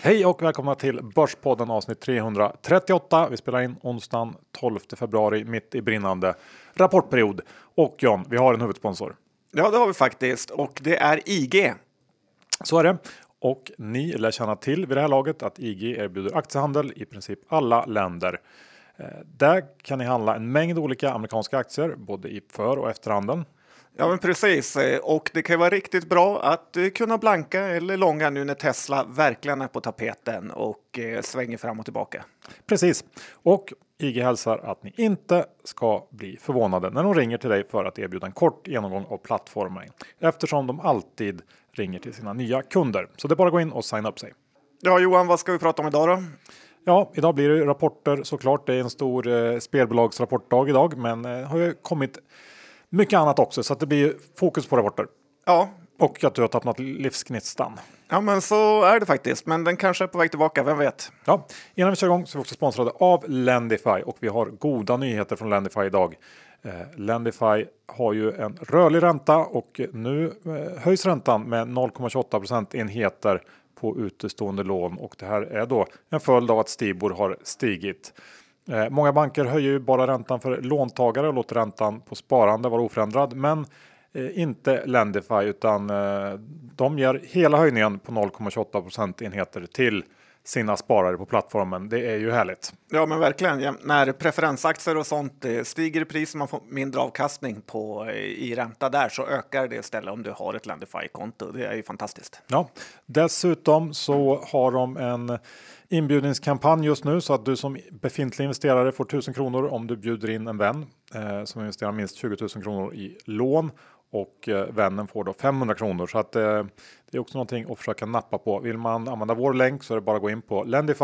Hej och välkomna till Börspodden avsnitt 338. Vi spelar in onsdagen 12 februari mitt i brinnande rapportperiod. Och John, vi har en huvudsponsor. Ja, det har vi faktiskt. Och det är IG. Så är det. Och ni lär känna till vid det här laget att IG erbjuder aktiehandel i princip alla länder. Där kan ni handla en mängd olika amerikanska aktier, både i för- och efterhandeln. Ja, men precis. Och det kan ju vara riktigt bra att kunna blanka eller långa nu när Tesla verkligen är på tapeten och svänger fram och tillbaka. Precis. Och IG hälsar att ni inte ska bli förvånade när de ringer till dig för att erbjuda en kort genomgång av plattformen. Eftersom de alltid ringer till sina nya kunder. Så det är bara att gå in och signa upp sig. Ja, Johan, vad ska vi prata om idag då? Ja, idag blir det rapporter såklart. Det är en stor spelbolagsrapportdag idag. Men har ju kommit mycket annat också. Så att det blir fokus på rapporter. Ja. Och att du har tappat livsgnistan. Ja, men så är det faktiskt. Men den kanske är på väg tillbaka, vem vet? Ja, innan vi kör igång så är vi också sponsrade av Lendify. Och vi har goda nyheter från Lendify idag. Lendify har ju en rörlig ränta och nu höjs räntan med 0,28 procentenheter på utestående lån. Och det här är då en följd av att Stibor har stigit. Många banker höjer ju bara räntan för låntagare och låter räntan på sparande vara oförändrad. Men inte Lendify utan de ger hela höjningen på 0,28 procentenheter till sina sparare på plattformen. Det är ju härligt. Ja, men verkligen. Ja, när preferensaktier och sånt stiger i pris och man får mindre avkastning på i ränta där så ökar det istället om du har ett Lendify-konto. Det är ju fantastiskt. Ja, dessutom så har de en inbjudningskampanj just nu så att du som befintlig investerare får 1000 kronor om du bjuder in en vän som investerar minst 20 000 kronor i lån. Och vännen får då 500 kronor. Så att det är också någonting att försöka nappa på. Vill man använda vår länk så är det bara att gå in på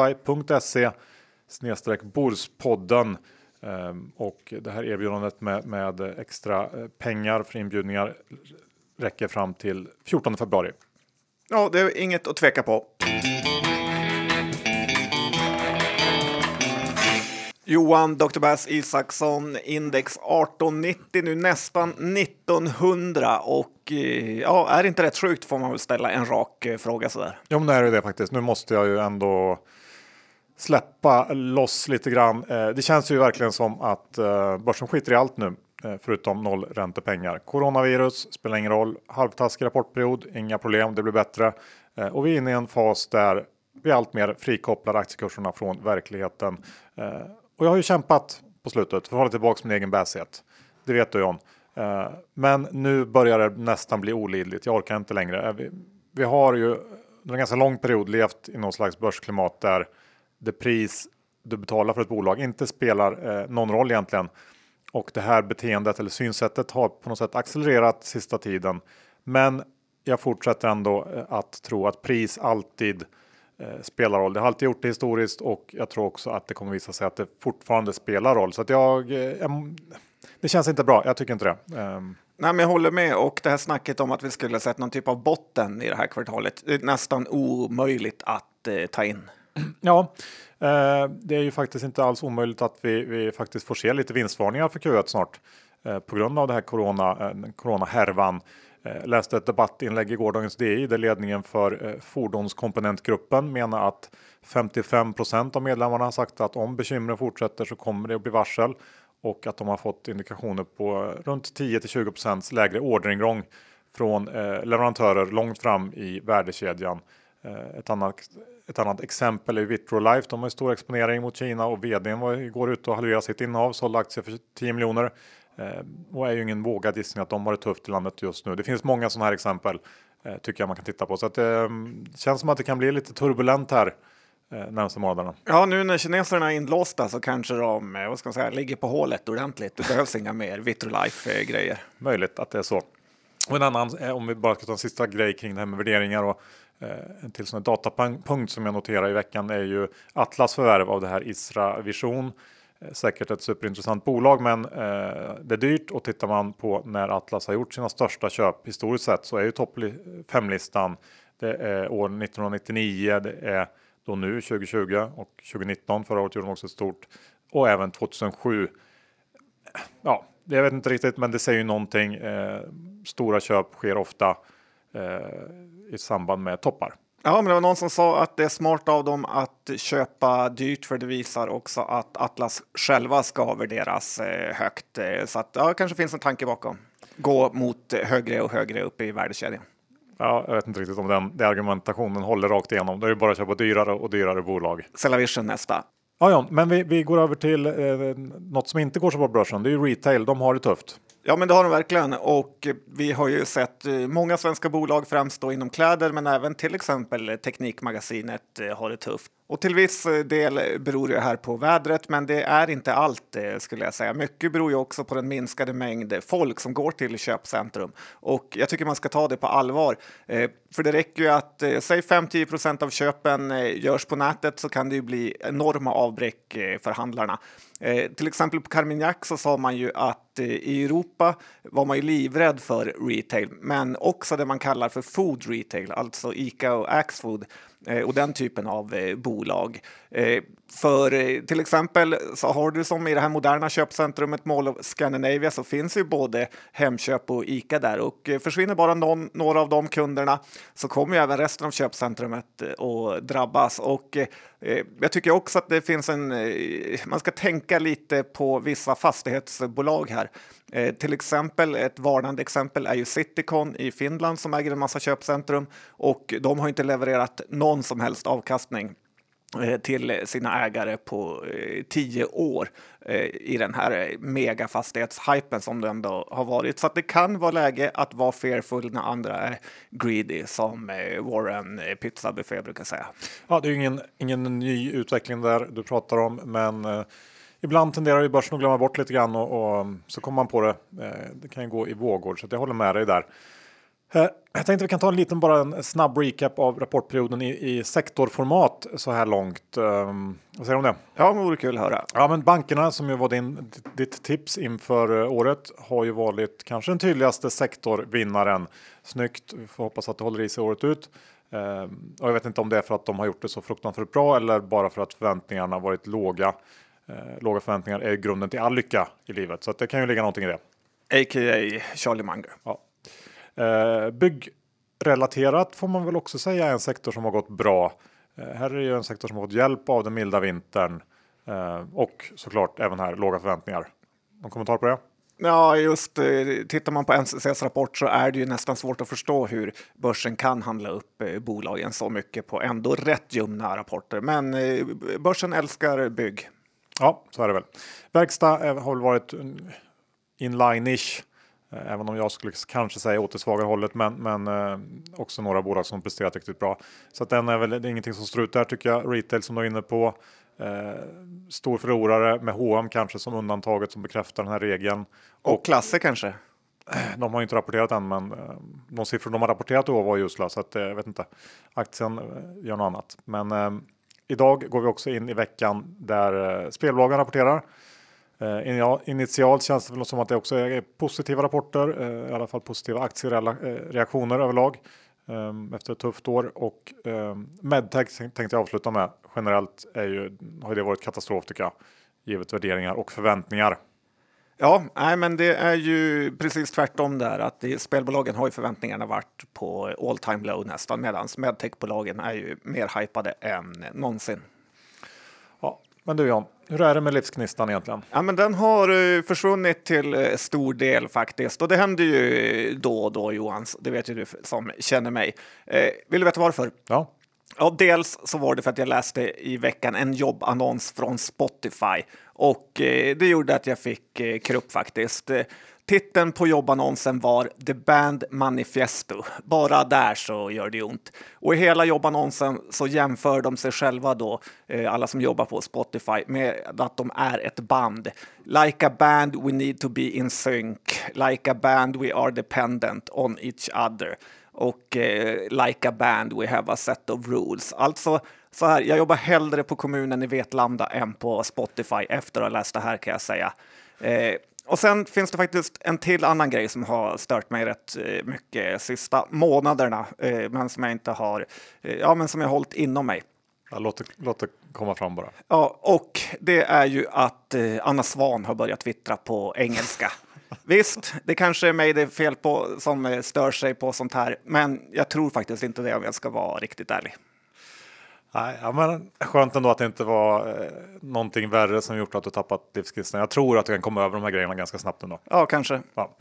lendify.se/borspodden. Och det här erbjudandet med extra pengar för inbjudningar räcker fram till 14 februari. Ja, det är inget att tveka på. Johan, Dr. Bass Isaksson, index 1890 nu nästan 1900 och ja, är det inte rätt sjukt får man väl ställa en rak fråga sådär. Jo, men det är det faktiskt. Nu måste jag ju ändå släppa loss lite grann. Det känns ju verkligen som att börsen skiter i allt nu förutom noll räntepengar. Coronavirus spelar ingen roll. Halvtaskig rapportperiod, inga problem, det blir bättre. Och vi är inne i en fas där vi allt mer frikopplar aktiekurserna från verkligheten. Och jag har ju kämpat på slutet för att hålla tillbaka min egen bäshet. Det vet du John. Men nu börjar det nästan bli olidligt. Jag orkar inte längre. Vi har ju under en ganska lång period levt i någon slags börsklimat där det pris du betalar för ett bolag inte spelar någon roll egentligen. Och det här beteendet eller synsättet har på något sätt accelererat sista tiden. Men jag fortsätter ändå att tro att pris alltid spelar roll. Det har alltid gjort det historiskt och jag tror också att det kommer visa sig att det fortfarande spelar roll. Så att det känns inte bra. Jag tycker inte det. Nej, men jag håller med och det här snacket om att vi skulle sett någon typ av botten i det här kvartalet är nästan omöjligt att ta in. Ja, det är ju faktiskt inte alls omöjligt att vi faktiskt får se lite vinstvarningar för Q1 snart på grund av det här corona-härvan. Läste ett debattinlägg i gårdagens DI där ledningen för fordonskomponentgruppen menar att 55% av medlemmarna har sagt att om bekymren fortsätter så kommer det att bli varsel och att de har fått indikationer på runt 10-20% lägre orderingång från leverantörer långt fram i värdekedjan. Ett annat exempel är Vitrolife. De har stor exponering mot Kina och vdn går ut och halverar sitt innehav, sålde aktier för 10 miljoner. Och är ju ingen vågad gissning att de har det tufft i landet just nu. Det finns många sådana här exempel tycker jag man kan titta på. Så att det känns som att det kan bli lite turbulent här närmaste månaderna. Ja, nu när kineserna är inlåsta så kanske de ligger på hålet ordentligt. Det behövs inga mer Vitrolife-grejer. Möjligt att det är så. Och en annan, om vi bara ska ta en sista grej kring det här med värderingar och en till sån här datapunkt som jag noterar i veckan är ju Atlas förvärv av det här Isra Vision. Säkert ett superintressant bolag men det är dyrt och tittar man på när Atlas har gjort sina största köp historiskt sett så är ju topp 5-listan det är år 1999, det är då nu 2020 och 2019 förra året gjorde de också ett stort och även 2007. Ja, jag vet inte riktigt men det säger ju någonting. Stora köp sker ofta i samband med toppar. Ja, men det var någon som sa att det är smart av dem att köpa dyrt, för det visar också att Atlas själva ska värderas högt. Så att ja, kanske finns en tanke bakom. Gå mot högre och högre upp i värdekedjan. Ja, jag vet inte riktigt om den argumentationen håller rakt igenom. Det är ju bara att köpa dyrare och dyrare bolag. Cellavision nästa. Ja, men vi går över till något som inte går så bra på börsen. Det är ju retail, de har det tufft. Ja, men det har de verkligen, och vi har ju sett många svenska bolag, främst då inom kläder, men även till exempel Teknikmagasinet har det tufft. Och till viss del beror det här på vädret, men det är inte allt skulle jag säga. Mycket beror ju också på den minskade mängd folk som går till köpcentrum. Och jag tycker man ska ta det på allvar. För det räcker ju att, säg 5-10% av köpen görs på nätet, så kan det ju bli enorma avbräck för handlarna. Till exempel på Carmignac så sa man ju att i Europa var man ju livrädd för retail, men också det man kallar för food retail, alltså Ica och Axfood och den typen av bolag. För till exempel så har du, som i det här moderna köpcentrumet Mall of Scandinavia, så finns ju både Hemköp och Ica där, och försvinner bara några av de kunderna, så kommer ju även resten av köpcentrumet att drabbas. Och jag tycker också att det finns man ska tänka lite på vissa fastighetsbolag här. Till exempel, ett varnande exempel är ju Citycon i Finland som äger en massa köpcentrum, och de har inte levererat någon som helst avkastning till sina ägare på 10 år i den här megafastighetshypen som det ändå har varit. Så att det kan vara läge att vara fearful när andra är greedy, som Warren Pizzabuffé brukar säga. Ja, det är ju ingen ny utveckling där du pratar om, men ibland tenderar ju börsen att glömma bort lite grann och så kommer man på det. Det kan ju gå i vågor, så att jag håller med dig där. Jag tänkte vi kan ta en snabb recap av rapportperioden i sektorformat så här långt. Vad säger du om det? Ja, det vore kul att höra. Ja, men bankerna, som ju var ditt tips inför året, har ju varit kanske den tydligaste sektorvinnaren. Snyggt, vi får hoppas att det håller i sig året ut. Och jag vet inte om det är för att de har gjort det så fruktansvärt bra eller bara för att förväntningarna har varit låga. Låga förväntningar är grunden till all lycka i livet, så att det kan ju ligga någonting i det. A.k.a. Charlie Munger. Ja. Byggrelaterat får man väl också säga är en sektor som har gått bra. Här är ju en sektor som har fått hjälp av den milda vintern och såklart även här låga förväntningar. Någon kommentar på det? Ja, just tittar man på NCCs rapport så är det ju nästan svårt att förstå hur börsen kan handla upp bolagen så mycket på ändå rätt ljumna rapporter. Men börsen älskar bygg. Ja, så är det väl. Verkstad har väl varit inline-ish. Även om jag skulle kanske säga åt det svagare hållet, men också några bolag som presterat riktigt bra. Så att det är ingenting som står ut där, tycker jag. Retail som du är inne på. Stor förlorare med H&M kanske som undantaget som bekräftar den här regeln. Och Klasse kanske. De har inte rapporterat än, men de siffror de har rapporterat då var usla, så att jag vet inte. Aktien gör något annat. Men idag går vi också in i veckan där spelbolagen rapporterar. Initialt känns det väl som att det också är positiva rapporter, i alla fall positiva aktiereaktioner överlag efter ett tufft år. Och Medtech tänkte jag avsluta med. Generellt har det varit katastrof, tycker jag, givet värderingar och förväntningar. Ja, nej, men det är ju precis tvärtom där, att spelbolagen har ju förväntningarna varit på all time low nästan, medan Medtech-bolagen är ju mer hypade än någonsin. Ja, men du Jan, hur är det med livsknistan egentligen? Ja, men den har försvunnit till stor del faktiskt, och det händer ju då och då, Johans, det vet ju du som känner mig. Vill du veta varför? Ja. Ja, dels så var det för att jag läste i veckan en jobbannons från Spotify, och det gjorde att jag fick krupp faktiskt. Titeln på jobbannonsen var The Band Manifesto. Bara där så gör det ont. Och i hela jobbannonsen så jämför de sig själva då, alla som jobbar på Spotify, med att de är ett band. Like a band we need to be in sync. Like a band we are dependent on each other. Och like a band we have a set of rules. Alltså så här, jag jobbar hellre på kommunen i Vetlanda än på Spotify efter att ha läst det här, kan jag säga. Och sen finns det faktiskt en till annan grej som har stört mig rätt mycket sista månaderna, men som jag inte har, men som jag har hållit inom mig. Ja, låt det komma fram bara. Ja, och det är ju att Anna Svan har börjat twittra på engelska. Visst, det kanske är mig det är fel på som stör sig på sånt här, men jag tror faktiskt inte det om jag ska vara riktigt ärlig. Nej, ja, men skönt ändå att det inte var någonting värre som gjort att du tappat livskristen. Jag tror att du kan komma över de här grejerna ganska snabbt ändå. Ja, kanske. Ja.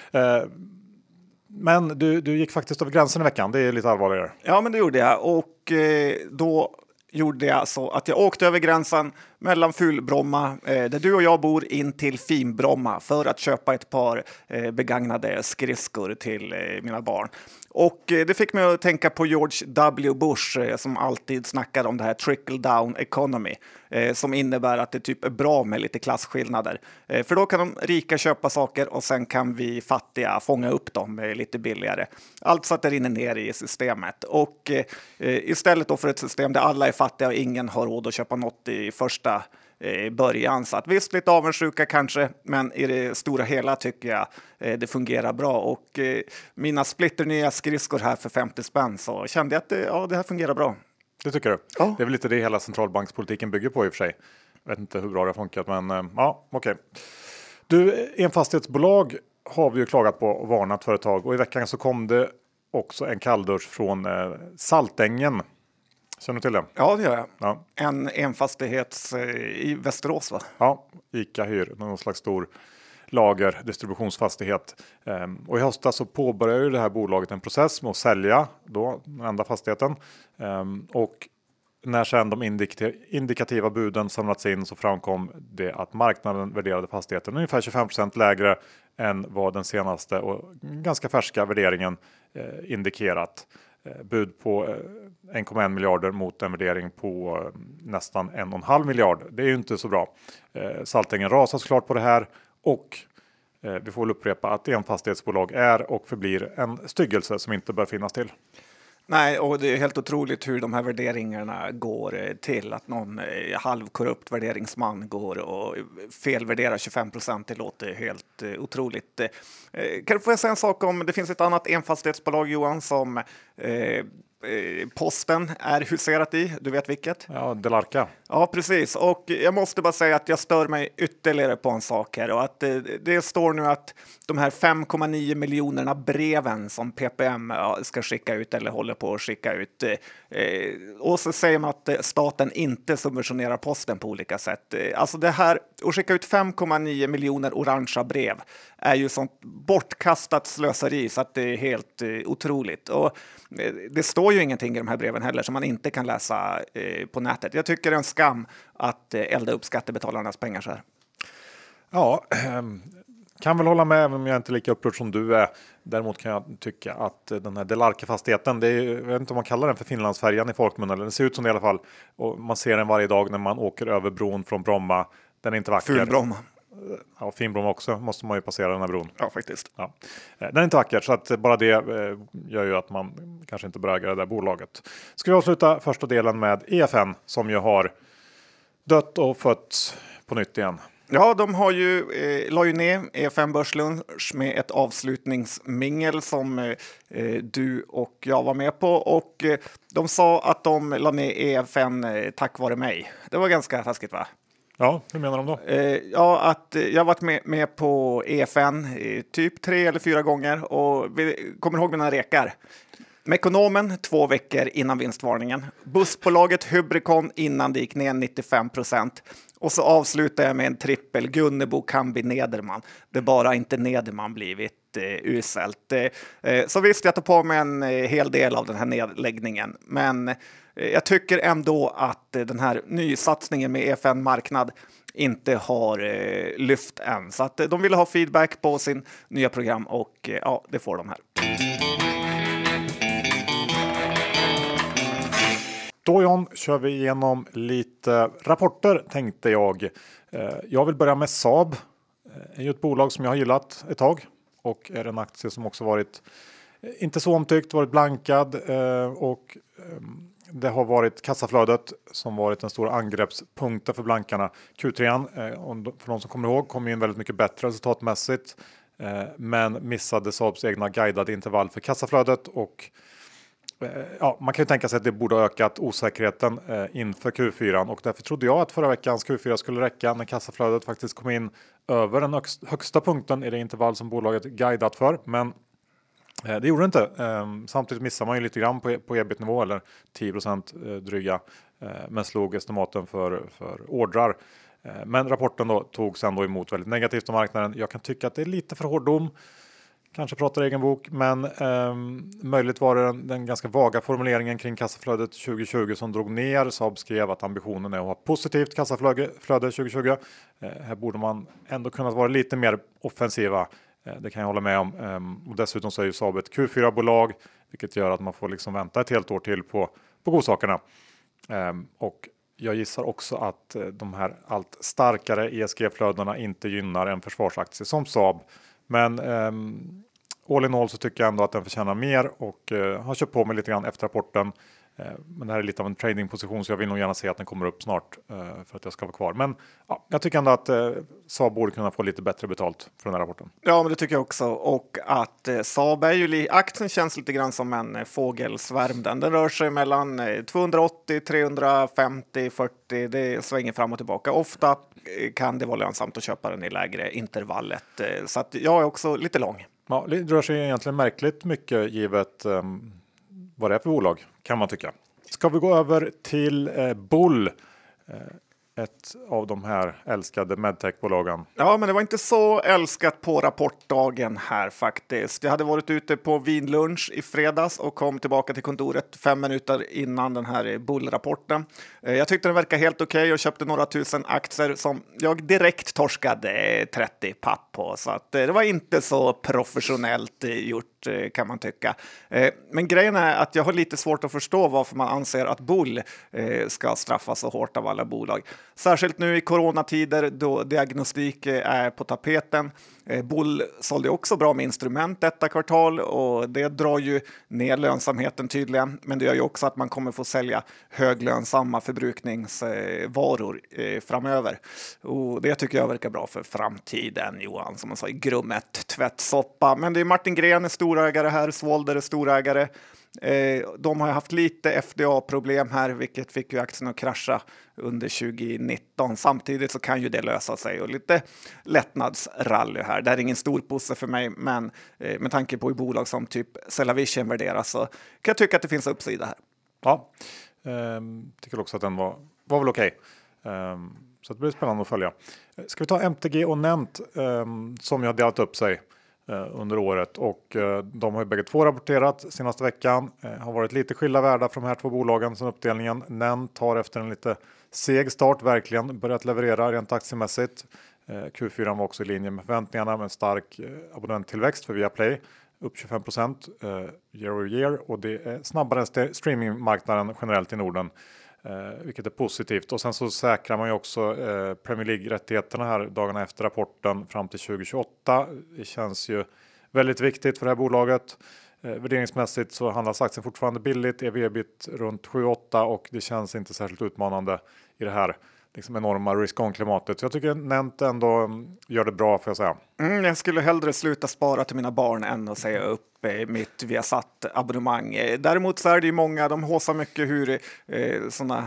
Men du gick faktiskt över gränsen i veckan. Det är lite allvarligare. Ja, men det gjorde jag. Och då gjorde jag så att jag åkte över gränsen mellan Fulbromma, där du och jag bor, in till Finbromma för att köpa ett par begagnade skridskor till mina barn. Och det fick mig att tänka på George W. Bush som alltid snackade om det här trickle down economy som innebär att det typ är bra med lite klasskillnader. För då kan de rika köpa saker och sen kan vi fattiga fånga upp dem lite billigare. Allt så att det rinner ner i systemet. Och istället då för ett system där alla är fattiga och ingen har råd att köpa något i första början. Så att visst, lite avundsjuka kanske, men i det stora hela tycker jag det fungerar bra. Och mina splitternya skridskor här för 50 spänn så kände jag att det här fungerar bra. Det tycker du? Ja. Det är väl lite det hela centralbankspolitiken bygger på i och för sig. Jag vet inte hur bra det har funkat, men ja, okej. Du, enfastighetsbolag har vi ju klagat på och varnat för ett tag. Och i veckan så kom det också en kalldusch från Saltängen. Känner du till det? Ja, det gör jag. Ja. En enfastighets i Västerås, va? Ja, ICA hyr någon slags stor lager, distributionsfastighet. Och i höstas så påbörjade ju det här bolaget en process med att sälja då den enda fastigheten. Och när sedan de indikativa buden samlats in så framkom det att marknaden värderade fastigheten ungefär 25% lägre än vad den senaste och ganska färska värderingen indikerat. Bud på 1,1 miljarder mot en värdering på nästan 1,5 miljard. Det är ju inte så bra. Saltängen rasar såklart på det här och vi får väl upprepa att enfastighetsbolag är och förblir en styggelse som inte bör finnas till. Nej, och det är helt otroligt hur de här värderingarna går till. Att någon halvkorrupt värderingsman går och felvärderar 25%. Det låter helt otroligt. Kan du få säga en sak om, det finns ett annat enfastighetsbolag, Johan, som Posten är huserat i. Du vet vilket? Ja, Delarka. Ja, precis. Och jag måste bara säga att jag stör mig ytterligare på en sak här. Och att det står nu att de här 5,9 miljonerna breven som PPM ska skicka ut eller håller på att skicka ut. Och så säger man att staten inte subventionerar posten på olika sätt. Alltså det här, att skicka ut 5,9 miljoner orangea brev är ju sånt bortkastat slöseri så att det är helt otroligt. Och det står ju ingenting i de här breven heller som man inte kan läsa på nätet. Jag tycker det är en skam att elda upp skattebetalarnas pengar så här. Ja, kan väl hålla med även om jag inte är lika upprörd som du är. Däremot kan jag tycka att den här Delarka-fastigheten, det är, jag vet inte om man kallar den för Finlandsfärjan i folkmun, eller det ser ut som det i alla fall. Och man ser den varje dag när man åker över bron från Bromma. Den är inte vacker. Fulbromma. Ja, Finbromma också måste man ju passera den här bron. Ja, faktiskt. Ja. Den är inte vacker, så att bara det gör ju att man kanske inte bör äga det där bolaget. Ska vi avsluta första delen med EFN som ju har dött och fötts på nytt igen. Ja, de har ju la ju ner EFN Börslunch med ett avslutningsmingel som du och jag var med på. Och de sa att de la ner EFN tack vare mig. Det var ganska taskigt, va? Ja, hur menar de då? Ja, att jag har varit med på EFN typ 3 eller 4 gånger och vi kommer ihåg mina rekar. Mekonomen 2 veckor innan vinstvarningen. Bussbolaget Hybrikon innan det gick ner 95%. Och så avslutar jag med en trippel Gunnebo Kambi Nederman. Det bara inte Nederman blivit uselt. Så visst, jag tar på mig en hel del av den här nedläggningen. Men jag tycker ändå att den här nysatsningen med EFN Marknad inte har lyft än. Så att de ville ha feedback på sin nya program och ja, det får de här. Då John kör vi igenom lite rapporter tänkte jag. Jag vill börja med Saab. Det är ju ett bolag som jag har gillat ett tag. Och är en aktie som också varit inte så omtyckt, varit blankad. Och det har varit kassaflödet som varit den stora angreppspunkten för blankarna. Q3, för de som kommer ihåg, kom in väldigt mycket bättre resultatmässigt. Men missade Saabs egna guidade intervall för kassaflödet och Ja, man kan ju tänka sig att det borde ha ökat osäkerheten inför Q4 och därför trodde jag att förra veckans Q4 skulle räcka när kassaflödet faktiskt kom in över den högsta punkten i det intervall som bolaget guidat för. Men det gjorde det inte. Samtidigt missar man ju lite grann på ebit-nivå eller 10% dryga, men slog estimaten för ordrar. Men rapporten då togs ändå emot väldigt negativt av marknaden. Jag kan tycka att det är lite för hård dom. Kanske pratar egen bok, men möjligt var det den ganska vaga formuleringen kring kassaflödet 2020 som drog ner. Saab skrev att ambitionen är att ha positivt kassaflöde 2020. Här borde man ändå kunnat vara lite mer offensiva. Det kan jag hålla med om. Och dessutom så är ju Saab ett Q4-bolag, vilket gör att man får liksom vänta ett helt år till på godsakerna. Och jag gissar också att de här allt starkare ESG-flödena inte gynnar en försvarsaktie som Saab. Men all in all så tycker jag ändå att den förtjänar mer och har köpt på mig lite grann efter rapporten. Men det här är lite av en tradingposition så jag vill nog gärna se att den kommer upp snart för att jag ska vara kvar. Men ja, jag tycker ändå att Saab borde kunna få lite bättre betalt för den här rapporten. Ja, men det tycker jag också. Och att Saab är ju aktien känns lite grann som en fågelsvärm. Den rör sig mellan 280, 350, 40. Det svänger fram och tillbaka. Ofta kan det vara lönsamt att köpa den i lägre intervallet. Så att jag är också lite lång. Ja, det rör sig egentligen märkligt mycket givet vad det är för bolag kan man tycka. Ska vi gå över till Bull, ett av de här älskade medtech-bolagen. Ja, men det var inte så älskat på rapportdagen här faktiskt. Jag hade varit ute på vinlunch i fredags och kom tillbaka till kontoret 5 minuter innan den här Bull-rapporten. Jag tyckte den verkade helt okej och köpte några tusen aktier som jag direkt torskade 30 papp på. Så att det var inte så professionellt gjort kan man tycka. Men grejen är att jag har lite svårt att förstå varför man anser att Bull ska straffas så hårt av alla bolag. Särskilt nu i coronatider då diagnostik är på tapeten. Bull sålde också bra med instrument detta kvartal och det drar ju ner lönsamheten tydligen. Men det gör ju också att man kommer få sälja höglönsamma förbrukningsvaror framöver. Och det tycker jag verkar bra för framtiden, Johan, som man sa i grummet tvättsoppa. Men det är Martin Gren är storägare här, Svolder är storägare. De har haft lite FDA-problem här, vilket fick ju aktien att krascha under 2019. Samtidigt så kan ju det lösa sig och lite lättnadsrally här. Det är ingen stor posse för mig, men med tanke på hur bolag som typ Cellavision värderas så kan jag tycka att det finns uppsida här. Ja, tycker också att den var väl okej. Så det blir spännande att följa. Ska vi ta MTG och Nent som jag har delat upp sig under året och de har ju bägge två rapporterat senaste veckan. Har varit lite skilda världar för de här två bolagen som uppdelningen. Nent har efter en lite seg start verkligen börjat leverera rent aktiemässigt. Q4 var också i linje med förväntningarna med en stark abonnenttillväxt för Viaplay. Upp 25% year over year och det är snabbare än streamingmarknaden generellt i Norden. Vilket är positivt. Och sen så säkrar man ju också Premier League-rättigheterna här dagarna efter rapporten fram till 2028. Det känns ju väldigt viktigt för det här bolaget. Värderingsmässigt så handlas aktien fortfarande billigt. EV/EBIT runt 7-8 och det känns inte särskilt utmanande i det här liksom enorma risk-on-klimatet. Så jag tycker Nent ändå gör det bra, får jag säga. Jag skulle hellre sluta spara till mina barn än att säga upp mitt Viasat-abonnemang. Däremot så är det ju många, de håsar mycket hur sådana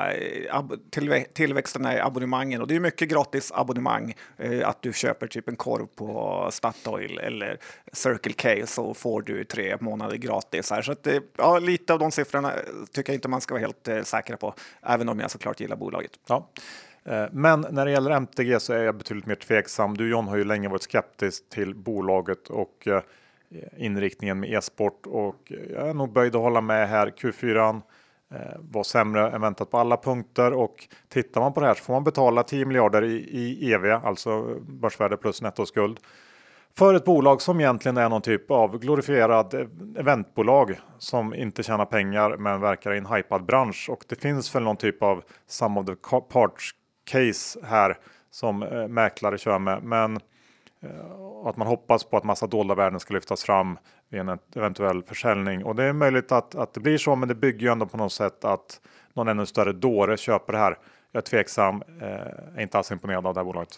här tillväxten är i abonnemangen. Och det är mycket gratis abonnemang. Att du köper typ en korv på Statoil eller Circle K så får du 3 månader gratis här. Så att, ja, lite av de siffrorna tycker jag inte man ska vara helt säkra på. Även om jag såklart gillar bolaget. Ja. Men när det gäller MTG så är jag betydligt mer tveksam. Du John har ju länge varit skeptisk till bolaget och inriktningen med e-sport och jag är nog böjd att hålla med här. Q4 var sämre än väntat på alla punkter och tittar man på det här så får man betala 10 miljarder i EV, alltså börsvärde plus nettoskuld, för ett bolag som egentligen är någon typ av glorifierad eventbolag som inte tjänar pengar men verkar i en hypad bransch. Och det finns väl någon typ av sum of the parts case här som mäklare kör med. Men att man hoppas på att massa dolda värden ska lyftas fram vid en eventuell försäljning. Och det är möjligt att det blir så, men det bygger ju ändå på något sätt att någon ännu större dåre köper det här. Jag är tveksam, är inte alls imponerad av det här bolaget.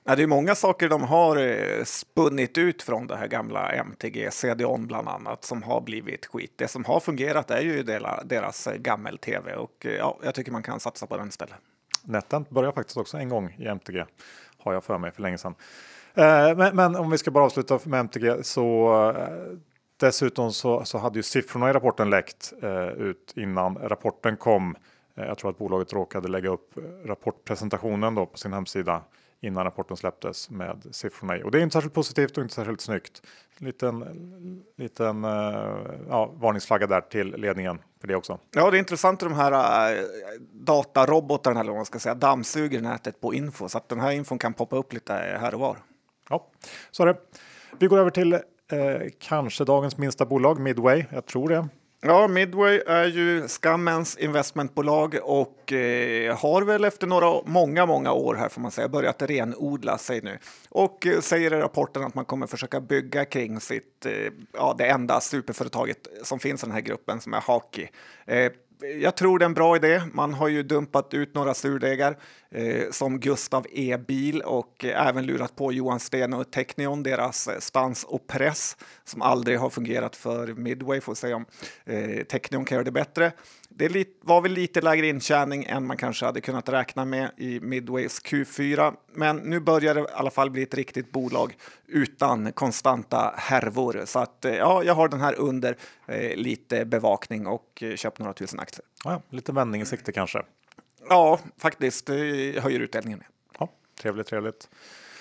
Ja, det är många saker de har spunnit ut från det här gamla MTG, CDON bland annat, som har blivit skit. Det som har fungerat är ju deras gammel-tv och ja, jag tycker man kan satsa på den istället. NetEnt började faktiskt också en gång i MTG, har jag för mig för länge sedan. Men om vi ska bara avsluta med MTG så dessutom så hade ju siffrorna i rapporten läckt ut innan rapporten kom. Jag tror att bolaget råkade lägga upp rapportpresentationen då på sin hemsida innan rapporten släpptes med siffrorna i. Och det är inte särskilt positivt och inte särskilt snyggt. Liten varningsflagga där till ledningen för det också. Ja, det är intressant att de här datarobotarna, eller vad man ska säga, dammsuger nätet på info. Så att den här infon kan poppa upp lite här och var. Ja, så är det. Vi går över till kanske dagens minsta bolag, Midway. Jag tror det. Ja, Midway är ju skammens investmentbolag och har väl efter många år här får man säga börjat renodla sig nu. Och säger i rapporten att man kommer försöka bygga kring sitt, det enda superföretaget som finns i den här gruppen som är Haki. Jag tror det är en bra idé. Man har ju dumpat ut några surdegar som Gustav E-bil och även lurat på Johan Sten och Technion, deras stans och press som aldrig har fungerat för Midway. Får se om Technion kan göra det bättre. Det var väl lite lägre intjäning än man kanske hade kunnat räkna med i Midways Q4. Men nu börjar det i alla fall bli ett riktigt bolag utan konstanta härvor. Så att jag har den här under lite bevakning och köpt några tusen aktier. Ja, lite vändning i sikte kanske. Ja, faktiskt. Det höjer utdelningen. Ja, trevligt.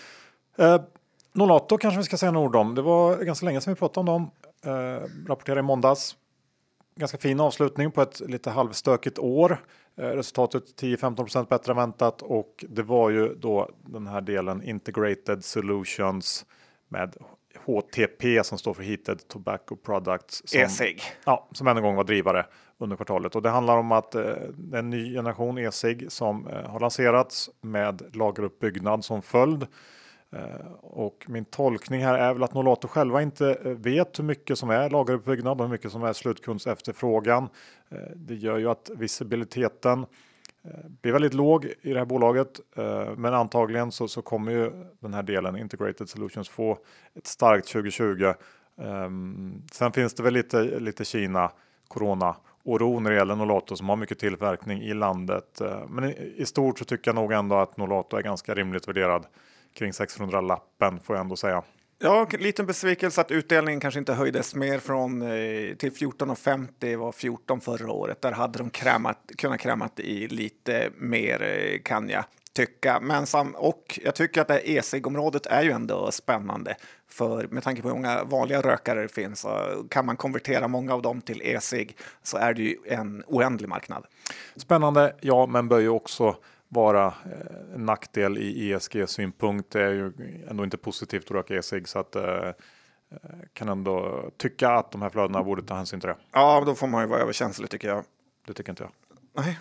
Nolato kanske vi ska säga några ord om. Det var ganska länge sedan vi pratade om dem. Rapporterade i måndags. Ganska fin avslutning på ett lite halvstökigt år. Resultatet 10-15% bättre än väntat och det var ju då den här delen Integrated Solutions med HTP som står för Heated Tobacco Products. E-cigg. Ja, som en gång var drivare under kvartalet. Och det handlar om att en ny generation e-cigg som har lanserats med lageruppbyggnad som följd. Och min tolkning här är väl att Nolato själva inte vet hur mycket som är lageruppbyggnad och hur mycket som är slutkunds efterfrågan. Det gör ju att visibiliteten blir väldigt låg i det här bolaget. Men antagligen så kommer ju den här delen Integrated Solutions få ett starkt 2020. Sen finns det väl lite Kina, corona oro när det gäller Nolato som har mycket tillverkning i landet. Men i stort så tycker jag nog ändå att Nolato är ganska rimligt värderad. Kring 600-lappen får jag ändå säga. Ja, liten besvikelse att utdelningen kanske inte höjdes mer till 14,50 var 14 förra året. Där hade de kunnat krämat i lite mer kan jag tycka. Och jag tycker att det här e-cigg-området är ju ändå spännande. För med tanke på hur många vanliga rökare det finns så kan man konvertera många av dem till e-cigg så är det ju en oändlig marknad. Spännande, ja, men bör ju också vara en nackdel i ESG-synpunkt. Det är ju ändå inte positivt att röka e-cigg så att kan ändå tycka att de här flödena borde ta hänsyn till det. Ja, då får man ju vara överkänslig tycker jag. Det tycker inte jag. Nej.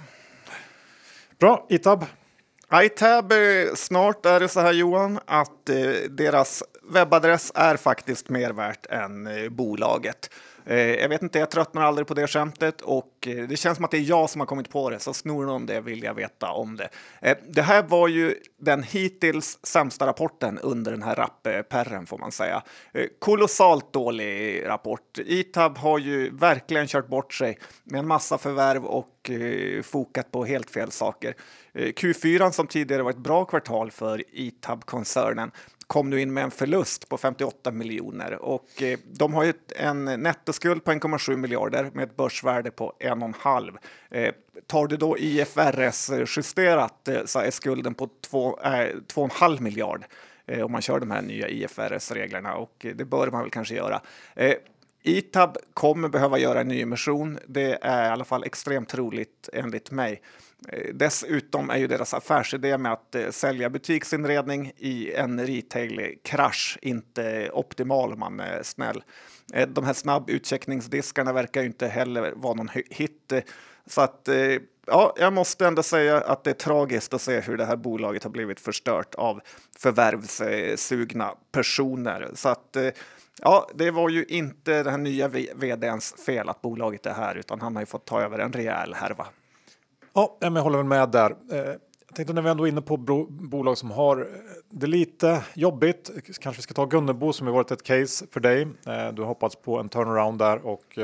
Bra, ITAB. ITAB, snart är det så här Johan att deras webbadress är faktiskt mer värt än bolaget. Jag vet inte, jag tröttnar aldrig på det skämtet och det känns som att det är jag som har kommit på det, så snor någon det vill jag veta om det. Det här var ju den hittills sämsta rapporten under den här rapperren får man säga. Kolossalt dålig rapport. ITAB har ju verkligen kört bort sig med en massa förvärv och fokat på helt fel saker. Q4 som tidigare var ett bra kvartal för ITAB-koncernen kom nu in med en förlust på 58 miljoner och de har ju en nettoskuld på 1,7 miljarder med ett börsvärde på 1,5. Tar du då IFRS justerat så är skulden på 2,5 miljard om man kör de här nya IFRS-reglerna och det bör man väl kanske göra. ITAB kommer behöva göra en ny emission. Det är i alla fall extremt troligt enligt mig. Dessutom är ju deras affärsidé med att sälja butiksinredning i en retail-krasch inte optimal om man är snäll. De här snabbutcheckningsdiskarna verkar ju inte heller vara någon hit. Så att jag måste ändå säga att det är tragiskt att se hur det här bolaget har blivit förstört av förvärvssugna personer. Så att det var ju inte den här nya vd:ns fel att bolaget är här utan han har ju fått ta över en rejäl härva. Ja, men jag håller väl med där. Jag tänkte när vi ändå är inne på bolag som har det lite jobbigt. Kanske vi ska ta Gunnebo som har varit ett case för dig. Du har hoppats på en turnaround där och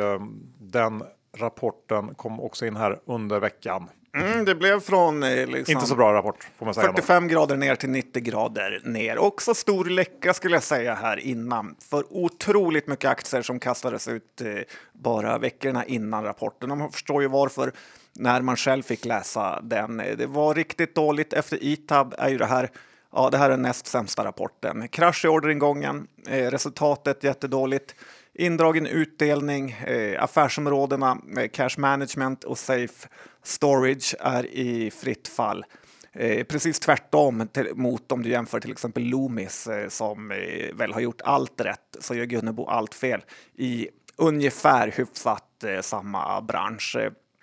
den rapporten kom också in här under veckan. Det blev från liksom inte så bra rapport får man säga. 45 grader ner till 90 grader ner. Också stor läcka skulle jag säga här innan. För otroligt mycket aktier som kastades ut bara veckorna innan rapporten. Och man förstår ju varför när man själv fick läsa den. Det var riktigt dåligt efter ITAB är ju det här. Ja, det här är den näst sämsta rapporten. Krasch i orderingången, resultatet jättedåligt. Indragen utdelning, affärsområdena, cash management och safe storage är i fritt fall. Precis tvärtom mot om du jämför till exempel Loomis som väl har gjort allt rätt, så gör Gunnebo allt fel i ungefär hyfsat samma bransch.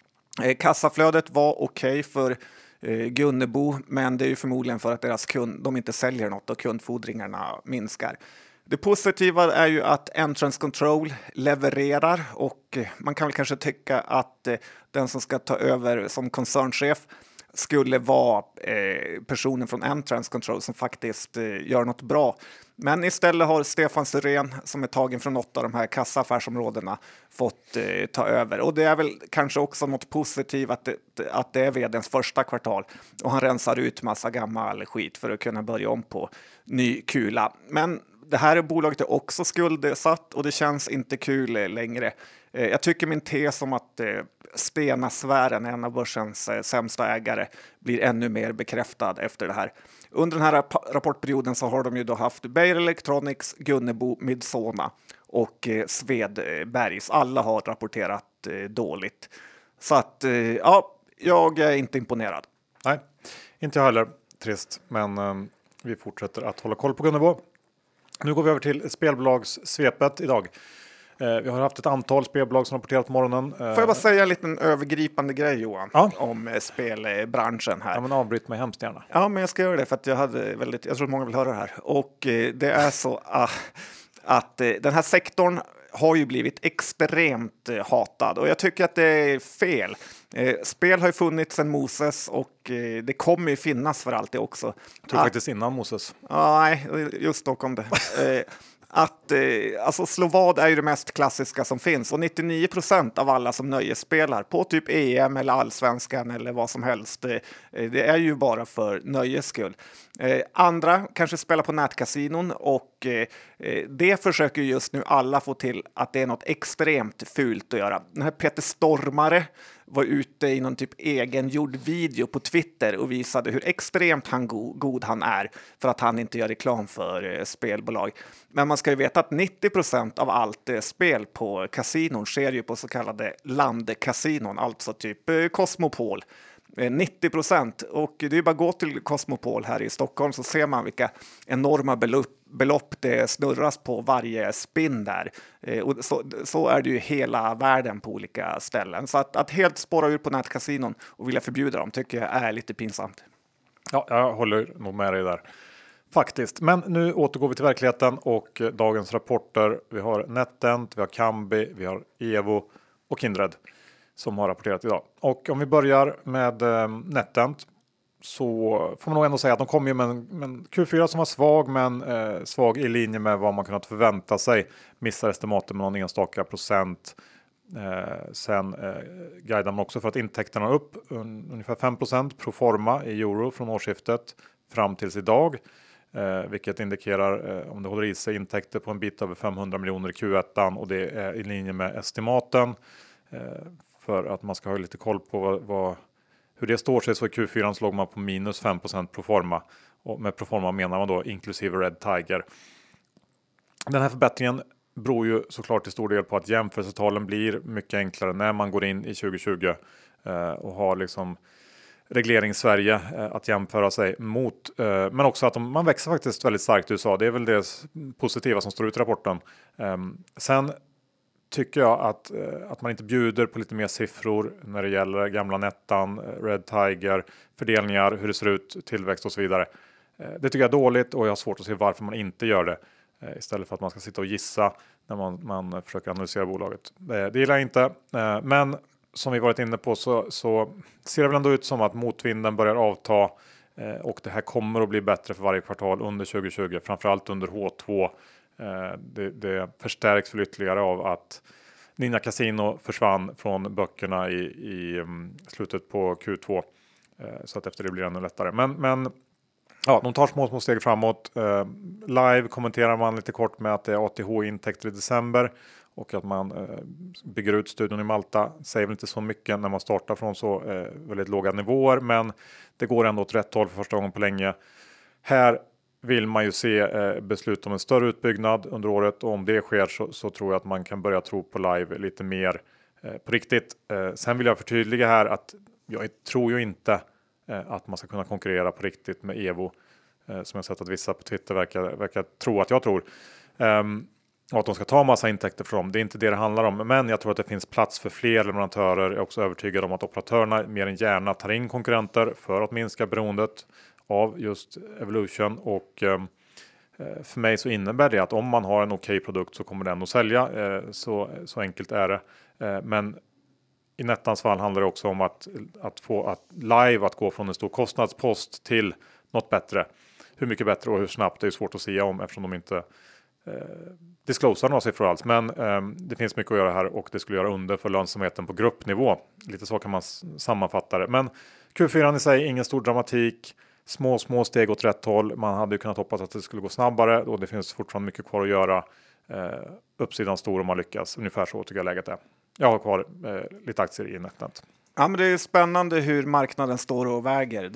Kassaflödet var okej för Gunnebo, men det är ju förmodligen för att de inte säljer något och kundfordringarna minskar. Det positiva är ju att Entrance Control levererar och man kan väl kanske tycka att den som ska ta över som koncernchef skulle vara personen från Entrance Control som faktiskt gör något bra. Men istället har Stefan Syrén som är tagen från något av de här kassaaffärsområdena fått ta över. Och det är väl kanske också något positivt att det är vdns första kvartal och han rensar ut massa gammal skit för att kunna börja om på ny kula. Men det här bolaget är också skuldsatt och det känns inte kul längre. Jag tycker min tes om att Stena-sfären, en av börsens sämsta ägare, blir ännu mer bekräftad efter det här. Under den här rapportperioden så har de ju då haft Beijer Electronics, Gunnebo, Midsona och Svedbergs. Alla har rapporterat dåligt. Så att ja, jag är inte imponerad. Nej, inte jag heller. Trist, men vi fortsätter att hålla koll på Gunnebo. Nu går vi över till spelbolagssvepet idag. Vi har haft ett antal spelbolag som rapporterat på morgonen. Får jag bara säga en liten övergripande grej, Johan, om spelbranschen här. Ja, men avbryt mig hemskt gärna. Ja, men jag ska göra det för att jag tror att många vill höra det här. Och det är så att den här sektorn har ju blivit extremt hatad och jag tycker att det är fel. Spel har ju funnits sedan Moses och det kommer ju finnas för alltid också. Jag tror faktiskt innan Moses. Nej, just då kom det. Alltså slå-vad är ju det mest klassiska som finns och 99% av alla som nöjesspelar på typ EM eller allsvenskan eller vad som helst, det är ju bara för nöjes skull. Andra kanske spelar på nätkasinon och det försöker just nu alla få till att det är något extremt fult att göra. Den här Peter Stormare var ute i någon typ egengjord video på Twitter och visade hur extremt god han är för att han inte gör reklam för spelbolag. Men man ska ju veta att 90% av allt spel på kasinon sker ju på så kallade landkasinon, alltså typ Cosmopol. 90%, och det är bara att gå till Cosmopol här i Stockholm så ser man vilka enorma belopp det snurras på varje spin där. Och så är det ju hela världen på olika ställen. Så att helt spåra ur på nätkasinon och vilja förbjuda dem tycker jag är lite pinsamt. Ja, jag håller nog med dig där. Faktiskt. Men nu återgår vi till verkligheten och dagens rapporter. Vi har NetEnt, vi har Kambi, vi har Evo och Kindred som har rapporterat idag. Och om vi börjar med NetEnt så får man nog ändå säga att de kom ju med en Q4 som var svag, men svag i linje med vad man kunnat förvänta sig. Missar estimaten med någon enstaka procent. Sen guidar man också för att intäkterna upp ungefär 5% pro forma i euro från årsskiftet fram tills idag. Vilket indikerar om det håller i sig intäkter på en bit över 500 miljoner i Q1 och det är i linje med estimaten. För att man ska ha lite koll på hur det står sig, så i Q4 så låg man på minus 5% pro forma. Och med pro forma menar man då inklusive Red Tiger. Den här förbättringen beror ju såklart till stor del på att jämförelsetalen blir mycket enklare när man går in i 2020 och har liksom reglering Sverige att jämföra sig mot. Men också att man växer faktiskt väldigt starkt i USA. Det är väl det positiva som står ut i rapporten. Sen tycker jag att man inte bjuder på lite mer siffror när det gäller gamla Nettan, Red Tiger, fördelningar, hur det ser ut, tillväxt och så vidare. Det tycker jag är dåligt och jag har svårt att se varför man inte gör det. Istället för att man ska sitta och gissa när man försöker analysera bolaget. Det gillar jag inte. Men som vi varit inne på så ser det väl ändå ut som att motvinden börjar avta. Och det här kommer att bli bättre för varje kvartal under 2020, framförallt under H2. Det förstärks för ytterligare av att Ninja Casino försvann från böckerna i slutet på Q2. Så att efter det blir ännu lättare. Men ja, de tar små steg framåt. Live kommenterar man lite kort med att det är ATH-intäkter i december. Och att man bygger ut studion i Malta. Säger väl inte så mycket när man startar från så väldigt låga nivåer. Men det går ändå åt rätt håll för första gången på länge. Här vill man ju se beslut om en större utbyggnad under året. Och om det sker så tror jag att man kan börja tro på live lite mer på riktigt. Sen vill jag förtydliga här att jag tror ju inte att man ska kunna konkurrera på riktigt med Evo. Som jag sett att vissa på Twitter verkar tro att jag tror. Och att de ska ta massa intäkter för dem. Det är inte det handlar om. Men jag tror att det finns plats för fler leverantörer. Jag är också övertygad om att operatörerna mer än gärna tar in konkurrenter för att minska beroendet av just Evolution. Och för mig så innebär det att om man har en okej produkt så kommer den att sälja. Så enkelt är det. Men i Nettans fall handlar det också om att få live att gå från en stor kostnadspost till något bättre. Hur mycket bättre och hur snabbt det är svårt att säga om eftersom de inte disclosar några siffror alls. Men det finns mycket att göra här och det skulle göra under för lönsamheten på gruppnivå. Lite så kan man sammanfatta det. Men Q4 i sig, ingen stor dramatik. Små steg åt rätt håll. Man hade ju kunnat hoppas att det skulle gå snabbare och det finns fortfarande mycket kvar att göra. Uppsidan stor om man lyckas. Ungefär så tycker jag läget är. Jag har kvar lite aktier i NetNet. Ja, men det är spännande hur marknaden står och väger.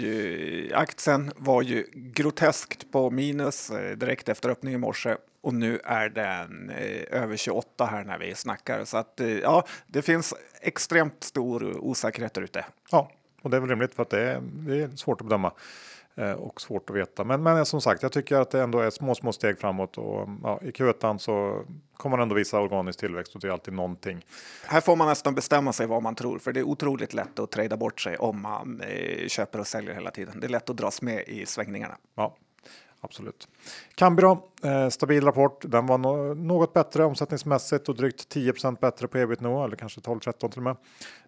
Aktien var ju groteskt på minus direkt efter öppning i morse och nu är den över 28 här när vi snackar. Så att ja, det finns extremt stor osäkerhet där ute. Ja, och det är väl rimligt för att det är svårt att bedöma. Och svårt att veta. Men som sagt, jag tycker att det ändå är små steg framåt. Och ja, i Q1 så kommer man ändå visa organisk tillväxt och det är alltid någonting. Här får man nästan bestämma sig vad man tror. För det är otroligt lätt att trada bort sig om man köper och säljer hela tiden. Det är lätt att dras med i svängningarna. Ja, absolut. Kambi då, stabil rapport. Den var något bättre omsättningsmässigt och drygt 10% bättre på ebit-nivå. Eller kanske 12-13 till och med.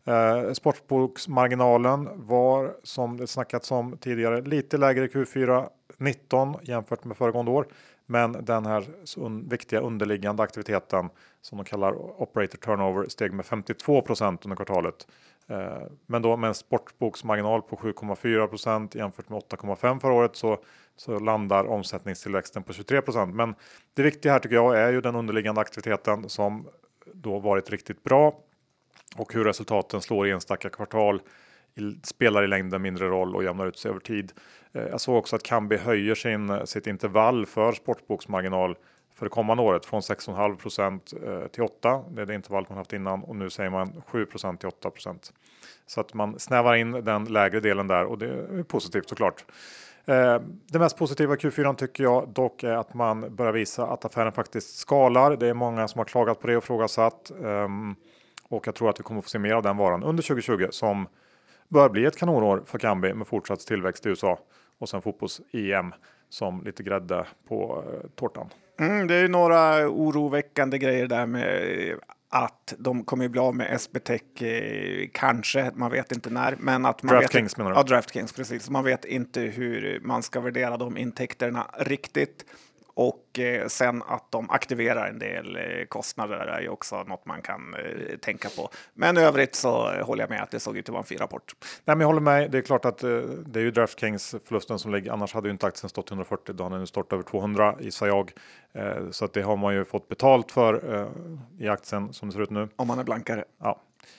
Sportboksmarginalen var som det snackats om tidigare lite lägre Q4 19 jämfört med föregående år. Men den här viktiga underliggande aktiviteten som de kallar operator turnover steg med 52% under kvartalet. Men då med en sportboksmarginal på 7,4% jämfört med 8,5% förra året så landar omsättningstillväxten på 23%. Men det viktiga här tycker jag är ju den underliggande aktiviteten som då varit riktigt bra. Och hur resultaten slår i enstaka kvartal spelar i längden mindre roll och jämnar ut sig över tid. Jag såg också att Kambi höjer sitt intervall för sportboksmarginal för det kommande året från 6,5% till 8%. Det är det intervall man haft innan och nu säger man 7% till 8%. Så att man snävar in den lägre delen där och det är positivt såklart. Det mest positiva Q4 tycker jag dock är att man börjar visa att affären faktiskt skalar. Det är många som har klagat på det och frågasatt. Och jag tror att vi kommer få se mer av den varan under 2020 som bör bli ett kanonår för Kambi med fortsatt tillväxt i USA. Och sen fotbolls-EM som lite grädde på tårtan. Det är några oroväckande grejer där med att de kommer bli av med SBTech kanske, man vet inte när. Men att man DraftKings menar du? Ja, DraftKings, precis. Man vet inte hur man ska värdera de intäkterna riktigt. Och sen att de aktiverar en del kostnader är ju också något man kan tänka på. Men i övrigt så håller jag med att det såg ut att vara en fin rapport. Nej, men jag håller med. Det är klart att det är ju DraftKings förlusten som ligger. Annars hade ju inte aktien stått 140. Då hade den stått över 200 gissar jag. Så att det har man ju fått betalt för i aktien som det ser ut nu. Om man är blankare. Ja.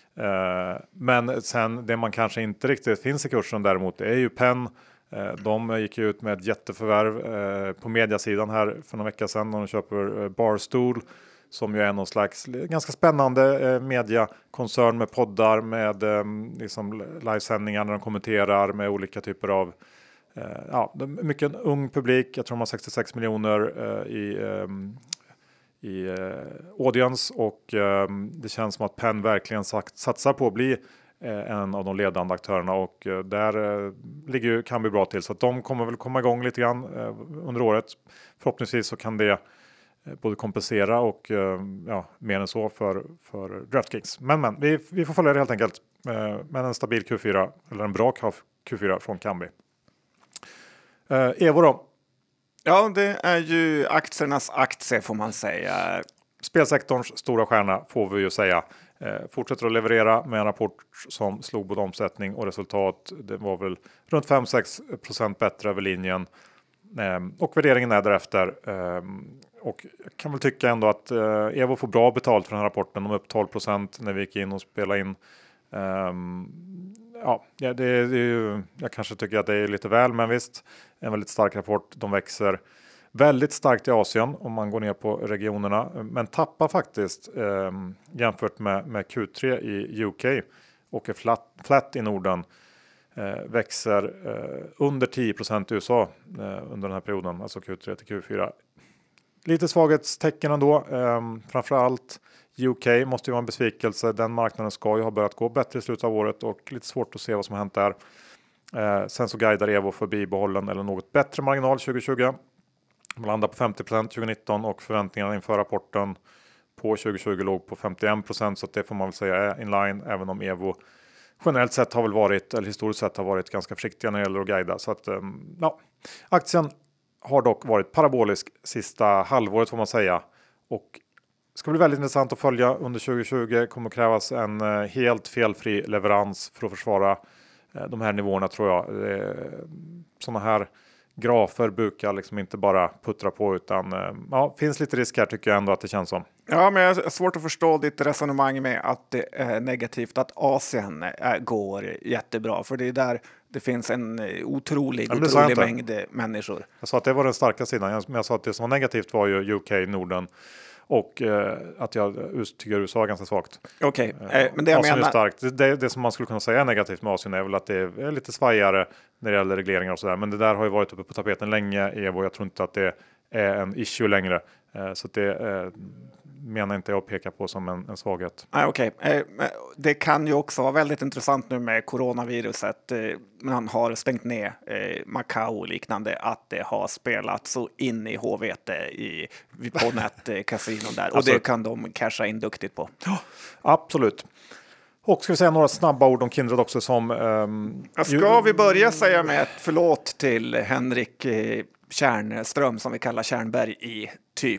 Men sen det man kanske inte riktigt finns i kursen däremot är ju Penn. De gick ut med ett jätteförvärv på mediasidan här för några veckor sedan. De köper Barstool som ju är någon slags ganska spännande mediakoncern med poddar med liksom livesändningar när de kommenterar med olika typer av mycket ung publik. Jag tror de har 66 miljoner i audience och det känns som att Penn verkligen satsar på att bli en av de ledande aktörerna och där ligger ju Kambi bra till så att de kommer väl komma igång lite grann under året. Förhoppningsvis så kan det både kompensera och mer än så för DraftKings. Men vi får följa det helt enkelt. Men en stabil Q4 eller en bra Q4 från Kambi. Evo då? Ja, det är ju aktiernas aktie får man säga. Spelsektorns stora stjärna får vi ju säga. Fortsätter att leverera med en rapport som slog både omsättning och resultat. Det var väl runt 5-6% bättre över linjen. Och värderingen är därefter. Och jag kan väl tycka ändå att Evo får bra betalt för den här rapporten. De är upp 12% när vi gick in och spelade in. Det är ju, jag kanske tycker att det är lite väl, men visst, en väldigt stark rapport. De växer väldigt starkt i Asien om man går ner på regionerna, men tappar faktiskt jämfört med Q3 i UK och är flat i Norden. Växer under 10% i USA under den här perioden, alltså Q3 till Q4. Lite svaghetstecken ändå, framförallt UK måste ju vara en besvikelse. Den marknaden ska ju ha börjat gå bättre i slutet av året och lite svårt att se vad som har hänt där. Sen så guidar Evo för bibehållen eller något bättre marginal 2020. Man landar på 50% 2019 och förväntningarna inför rapporten på 2020 låg på 51%, så att det får man väl säga är inline, även om Evo generellt sett har väl varit, eller historiskt sett har varit ganska försiktiga när det gäller att guida. Så att aktien har dock varit parabolisk sista halvåret får man säga, och ska bli väldigt intressant att följa under 2020. Kommer krävas en helt felfri leverans för att försvara de här nivåerna, tror jag. Sådana här grafer brukar liksom inte bara puttra på, utan finns lite risk här, tycker jag ändå att det känns som. Ja, men jag har svårt att förstå ditt resonemang med att det är negativt att Asien går jättebra, för det är där det finns en otrolig mängd människor. Jag sa att det var den starka sidan, men jag sa att det som var negativt var ju UK, Norden, och att jag tycker USA är ganska svagt. Okej, men det jag Asien menar... är starkt. Det som man skulle kunna säga är negativt med Asien är väl att det är lite svajigare när det gäller regleringar och sådär. Men det där har ju varit uppe på tapeten länge, Evo. Jag tror inte att det är en issue längre. Så att det menar inte jag att peka på som en svaghet. Okej. Det kan ju också vara väldigt intressant nu med coronaviruset. Man har stängt ner Macau och liknande, att det har spelat så in i HVT på nätkasinon där. Och det kan de casha in duktigt på. Absolut. Och ska vi säga några snabba ord om Kindred också som... Ska vi börja säga med ett förlåt till Henrik Tjärnström, som vi kallar Tjärnberg, i typ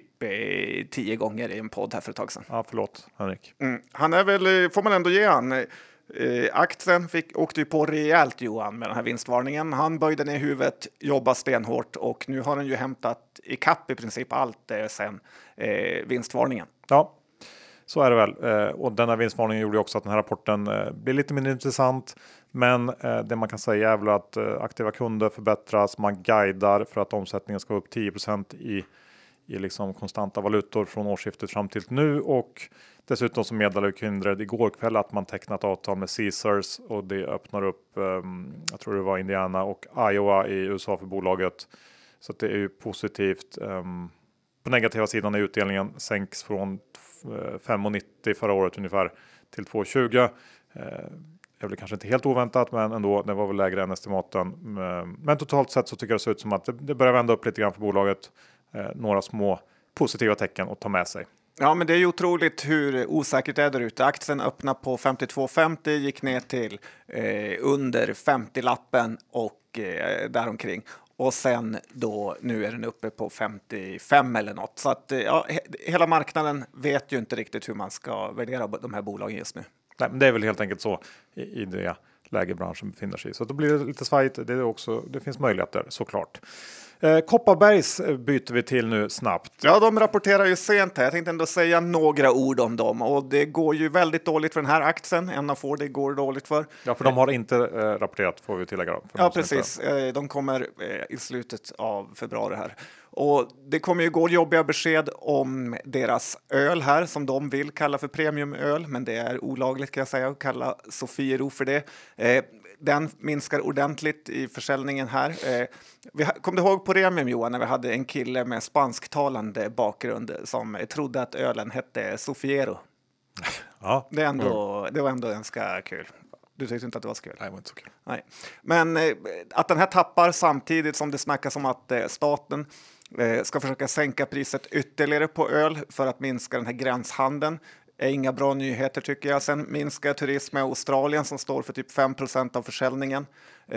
10 gånger i en podd här för ett tag sedan. Ja, förlåt Henrik. Han är väl, får man ändå ge han. Aktien åkte ju på rejält, Johan, med den här vinstvarningen. Han böjde ner huvudet, jobbade stenhårt, och nu har han ju hämtat ikapp i princip allt sen vinstvarningen. Ja, så är det väl. Och den här vinstvarningen gjorde ju också att den här rapporten blir lite mindre intressant. Men det man kan säga är väl att aktiva kunder förbättras. Man guidar för att omsättningen ska upp 10% i liksom konstanta valutor från årsskiftet fram till nu. Och dessutom så meddelade Kindred igår kväll att man tecknat avtal med Caesars. Och det öppnar upp, jag tror det var Indiana och Iowa i USA för bolaget. Så att det är ju positivt. På negativa sidan är utdelningen sänks från 5,90 förra året ungefär till 2,20. Det är väl kanske inte helt oväntat, men ändå, det var väl lägre än estimaten. Men totalt sett så tycker jag det ser ut som att det börjar vända upp lite grann för bolaget. Några små positiva tecken att ta med sig. Ja, men det är ju otroligt hur osäkert det är där ute. Aktien öppnade på 52,50, gick ner till under 50-lappen och däromkring. Och sen då, nu är den uppe på 55 eller något. Så att hela marknaden vet ju inte riktigt hur man ska värdera de här bolagen just nu. Nej, men det är väl helt enkelt så i det läge branschen befinner sig i. Så då blir det lite svajigt. Det finns möjligheter såklart. Kopparbergs byter vi till nu snabbt. Ja, de rapporterar ju sent här. Jag tänkte ändå säga några ord om dem. Och det går ju väldigt dåligt för den här aktien. En av få det går dåligt för. Ja, för de har inte rapporterat, får vi tillägga. Ja, precis. De kommer i slutet av februari här. Och det kommer ju gå jobbiga besked om deras öl här, som de vill kalla för premiumöl. Men det är olagligt, kan jag säga, att kalla Sofiero för det. Den minskar ordentligt i försäljningen här. Kom du ihåg på Remium, Johan, när vi hade en kille med spansktalande bakgrund som trodde att ölen hette Sofiero? Ja. Det var ändå ganska kul. Du tyckte inte att det var så kul? Nej, det var inte så kul. Nej. Men att den här tappar samtidigt som det snackas om att staten ska försöka sänka priset ytterligare på öl för att minska den här gränshandeln. är inga bra nyheter tycker jag. Sen minskar turism i Australien som står för typ 5% av försäljningen.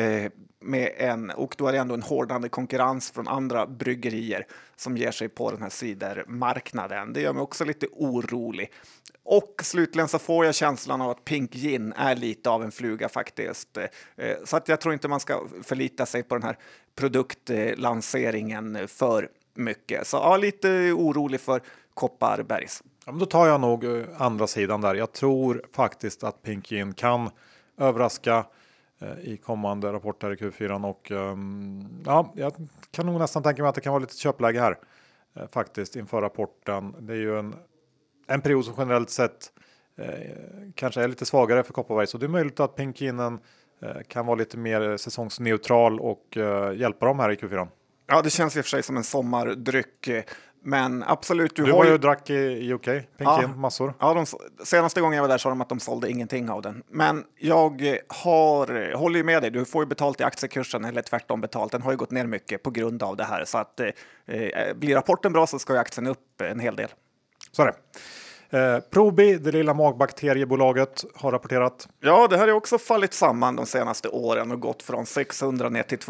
Och då är det ändå en hårdnande konkurrens från andra bryggerier som ger sig på den här cidermarknaden. Det gör mig också lite orolig. Och slutligen så får jag känslan av att Pink Gin är lite av en fluga faktiskt. Så att jag tror inte man ska förlita sig på den här produktlanseringen för mycket. Så ja, lite orolig för Kopparbergs. Ja, men då tar jag nog andra sidan där. Jag tror faktiskt att Pink Gin kan överraska i kommande rapporter i Q4 och ja, jag kan nog nästan tänka mig att det kan vara lite köpläge här faktiskt inför rapporten. Det är ju en period som generellt sett kanske är lite svagare för Kopparberg, så det är möjligt att Pink Ginen kan vara lite mer säsongsneutral och hjälpa dem här i Q4. Ja, det känns i och för sig som en sommardryck. Men absolut, du var ju och drack i UK, Pink Gin, massor. Ja, senaste gången jag var där sa de att de sålde ingenting av den. Men jag håller ju med dig, du får ju betalt i aktiekursen, eller tvärtom betalt. Den har ju gått ner mycket på grund av det här. Så att blir rapporten bra så ska ju aktien upp en hel del. Så är det. Probi, det lilla magbakteriebolaget, har rapporterat. Ja, det här har också fallit samman de senaste åren och gått från 600 ner till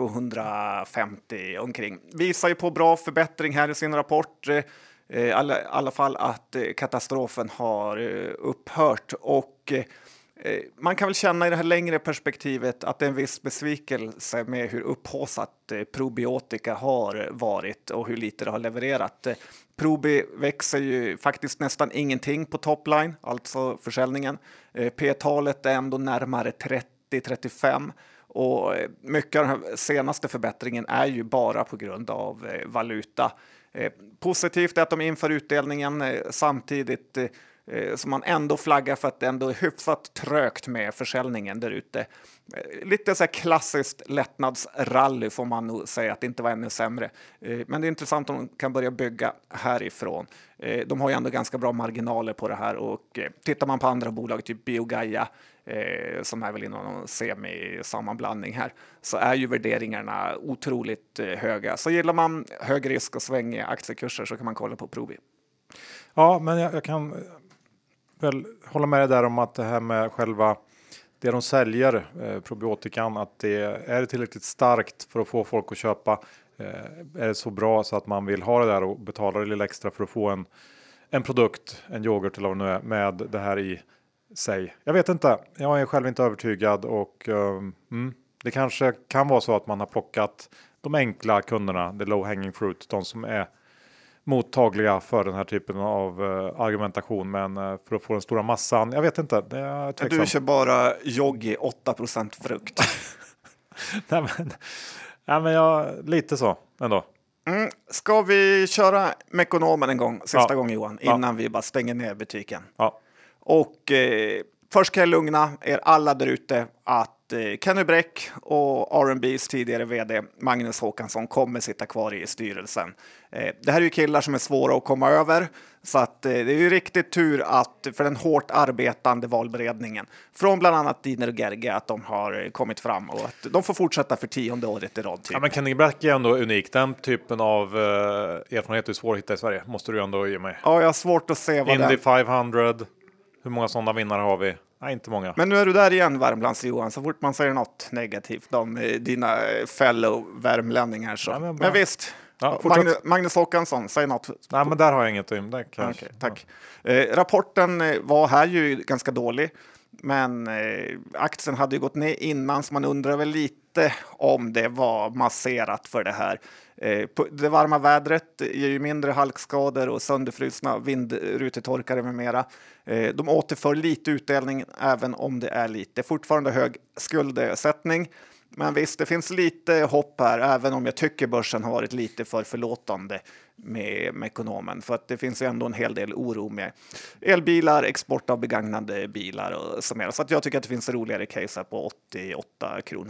250 omkring. Visar ju på bra förbättring här i sin rapport. I alla fall att katastrofen har upphört. Och man kan väl känna i det här längre perspektivet att det är en viss besvikelse med hur upphaussat probiotika har varit och hur lite det har levererat. Probi växer ju faktiskt nästan ingenting på topline, alltså försäljningen. P-talet är ändå närmare 30-35 och mycket av den här senaste förbättringen är ju bara på grund av valuta. Positivt är att de inför utdelningen samtidigt som man ändå flaggar för att det ändå är hyfsat trögt med försäljningen där ute. Lite så här klassiskt lättnadsrally får man nog säga, att det inte var ännu sämre. Men det är intressant om de kan börja bygga härifrån. De har ju ändå ganska bra marginaler på det här och tittar man på andra bolag, typ Biogaia, som är väl inom någon semi-sammanblandning här, så är ju värderingarna otroligt höga. Så gillar man hög risk och svängiga aktiekurser så kan man kolla på Probi. Ja, men jag kan väl hålla med dig där om att det här med själva det de säljer, probiotikan, att det är tillräckligt starkt för att få folk att köpa. Är det så bra så att man vill ha det där och betala det lite extra för att få en produkt, en yoghurt eller vad det nu är, med det här i sig. Jag vet inte, jag är själv inte övertygad och det kanske kan vara så att man har plockat de enkla kunderna, the low hanging fruit, de som är mottagliga för den här typen av argumentation, men för att få den stora massan, jag vet inte. Du kör bara Yogi 8% frukt. nej, men lite så ändå. Ska vi köra Mekonomen en gång, sista gången Johan, innan vi bara stänger ner butiken? Ja. Och först kan jag lugna er alla där ute att Kenny Bräck och R&B's tidigare vd Magnus Håkansson kommer sitta kvar i styrelsen. Det här är ju killar som är svåra att komma över, så att det är ju riktigt tur att för den hårt arbetande valberedningen från bland annat Diner och Gerge att de har kommit fram och att de får fortsätta för 10:e året i rad. Typ. Ja, men Kenny Bräck är ändå unik. Den typen av erfarenhet är svår att hitta i Sverige, måste du ändå ge mig. Ja, jag har svårt att se vad Indy 500, hur många sådana vinnare har vi? Nej, inte många. Men nu är du där igen, Värmlands Johan. Så fort man säger något negativt om dina fellow värmlänningar så. Ja, men visst, ja, Magnus Håkansson, säg något. Nej, men där har jag inget om det. Okay, tack. Ja. Rapporten var här ju ganska dålig. Men aktien hade ju gått ner innan, så man undrar väl lite om det var masserat för det här. Det varma vädret ger ju mindre halkskador och sönderfrusna vindrutetorkare med mera. De återför lite utdelning även om det är lite. Fortfarande hög skuldsättning. Men visst, det finns lite hopp här, även om jag tycker börsen har varit lite för förlåtande med Ekonomen. För att det finns ju ändå en hel del oro med elbilar, export av begagnade bilar och så mer. Så att jag tycker att det finns roligare case här på 88 kronor.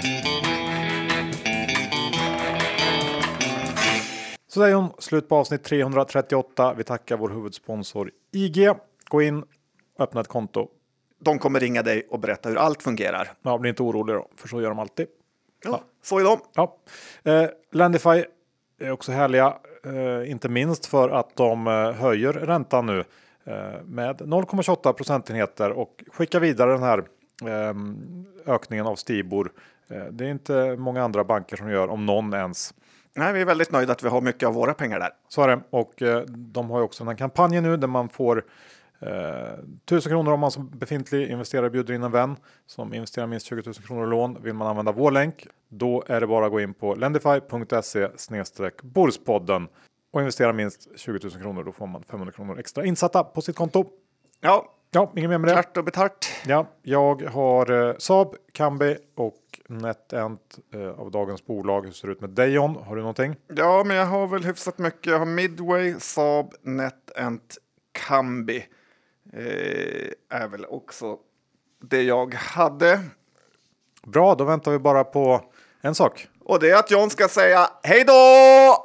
Så där är hon, slut på avsnitt 338. Vi tackar vår huvudsponsor IG. Gå in, öppna ett konto. De kommer ringa dig och berätta hur allt fungerar. Ja, bli inte orolig då, för så gör de alltid. Ja. Så är de. Ja. Lendify är också härliga, inte minst för att de höjer räntan nu. med 0,28 procentenheter och skicka vidare den här ökningen av Stibor. Det är inte många andra banker som gör, om någon ens. Nej, vi är väldigt nöjda att vi har mycket av våra pengar där. Så är det. Och de har ju också den här kampanjen nu där man får 1000 kronor om man som befintlig investerare bjuder in en vän som investerar minst 20 000 kronor i lån. Vill man använda vår länk, då är det bara att gå in på lendify.se/Bordspodden och investera minst 20 000 kronor. Då får man 500 kronor extra insatta på sitt konto. Ja, inget mer med det. klart och betart. Ja, jag har Saab, Kambi och NetEnt av dagens bolag. Hur ser det ut med dig, John? Har du någonting? Ja, men jag har väl hyfsat mycket. Jag har Midway, Saab, NetEnt, Kambi. Är väl också det jag hade. Bra, då väntar vi bara på en sak. Och det är att John ska säga hej då!